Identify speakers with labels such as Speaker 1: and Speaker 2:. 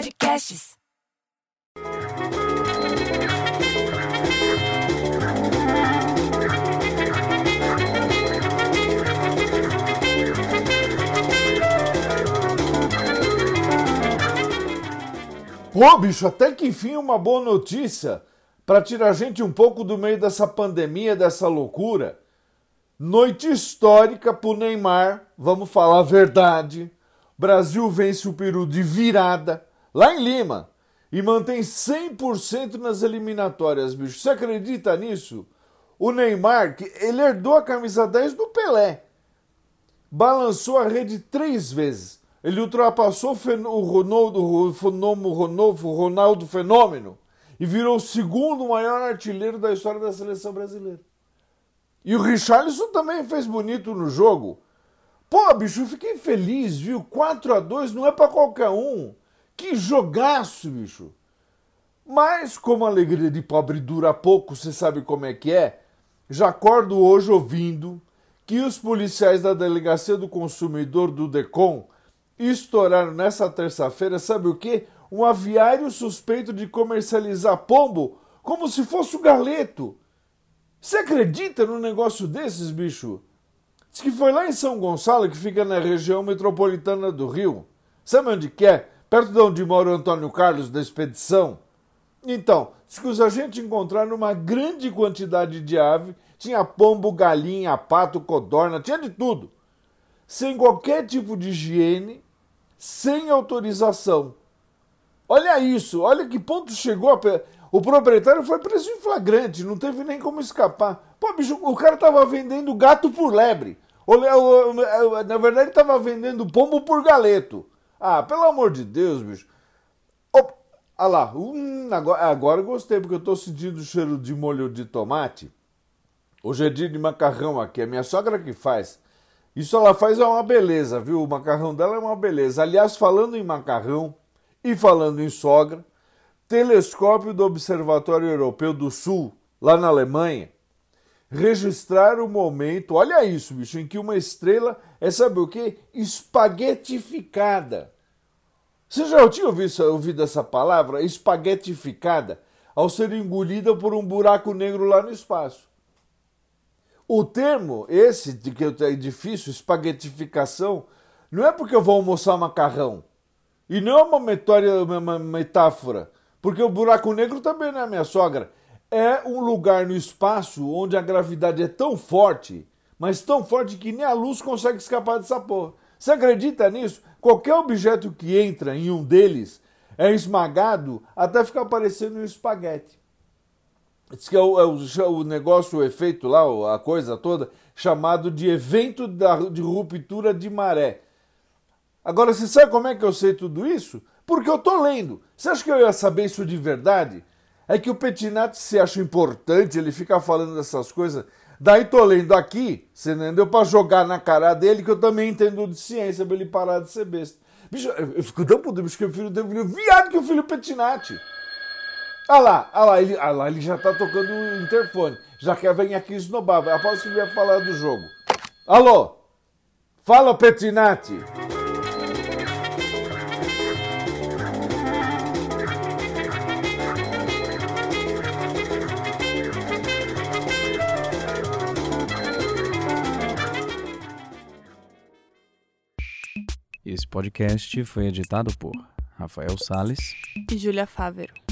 Speaker 1: Podcasts.
Speaker 2: Pô, bicho, até que enfim uma boa notícia para tirar a gente um pouco do meio dessa pandemia, dessa loucura. Noite histórica pro Neymar, vamos falar a verdade. Brasil vence o Peru de virada, lá em Lima, e mantém 100% nas eliminatórias, bicho. Você acredita nisso? O Neymar, ele herdou a camisa 10 do Pelé, balançou a rede 3 vezes. Ele ultrapassou o Ronaldo Fenômeno e virou o segundo maior artilheiro da história da seleção brasileira. E o Richarlison também fez bonito no jogo. Pô, bicho, eu fiquei feliz, viu? 4-2 não é pra qualquer um. Que jogaço, bicho. Mas, como a alegria de pobre dura pouco, você sabe como é que é? Já acordo hoje ouvindo que os policiais da Delegacia do Consumidor do DECOM estouraram nessa terça-feira, sabe o quê? Um aviário suspeito de comercializar pombo como se fosse o galeto. Você acredita num negócio desses, bicho? Diz que foi lá em São Gonçalo, que fica na região metropolitana do Rio. Sabe onde que é? Perto de onde mora o Antônio Carlos, da Expedição. Então, diz que os agentes encontraram uma grande quantidade de ave. Tinha pombo, galinha, pato, codorna, tinha de tudo. Sem qualquer tipo de higiene, sem autorização. Olha isso, olha que ponto chegou. O proprietário foi preso em flagrante, não teve nem como escapar. Pô, bicho, o cara tava vendendo gato por lebre. Na verdade, ele tava vendendo pombo por galeto. Ah, pelo amor de Deus, bicho. Opa, ah lá, agora eu gostei, porque eu tô sentindo o cheiro de molho de tomate. Hoje é dia de macarrão aqui, é minha sogra que faz. Isso ela faz é uma beleza, viu? O macarrão dela é uma beleza. Aliás, falando em macarrão e falando em sogra, telescópio do Observatório Europeu do Sul, lá na Alemanha, registraram o momento, olha isso, bicho, em que uma estrela é, sabe o quê? Espaguetificada. Você já tinha ouvido essa palavra? Espaguetificada, ao ser engolida por um buraco negro lá no espaço. O termo, esse, de que é difícil, espaguetificação, não é porque eu vou almoçar macarrão. E não é uma metáfora, porque o buraco negro também não é minha sogra. É um lugar no espaço onde a gravidade é tão forte, mas tão forte que nem a luz consegue escapar dessa porra. Você acredita nisso? Qualquer objeto que entra em um deles é esmagado até ficar parecendo um espaguete. Diz que é o negócio, o efeito lá, a coisa toda, chamado de evento de ruptura de maré. Agora, você sabe como é que eu sei tudo isso? Porque eu tô lendo. Você acha que eu ia saber isso de verdade? É que o Pettinati se acha importante, ele fica falando dessas coisas. Daí tô lendo aqui, você entendeu? Pra jogar na cara dele, que eu também entendo de ciência, pra ele parar de ser besta. Bicho, eu fico tão puto, bicho, que o filho dele é viado que o filho Pettinati. Olha lá, ele já tá tocando o interfone. Já quer vir aqui esnobar. Após que ele vai falar do jogo. Alô? Fala, Pettinati.
Speaker 3: Esse podcast foi editado por Rafael Salles
Speaker 4: e Júlia Fávero.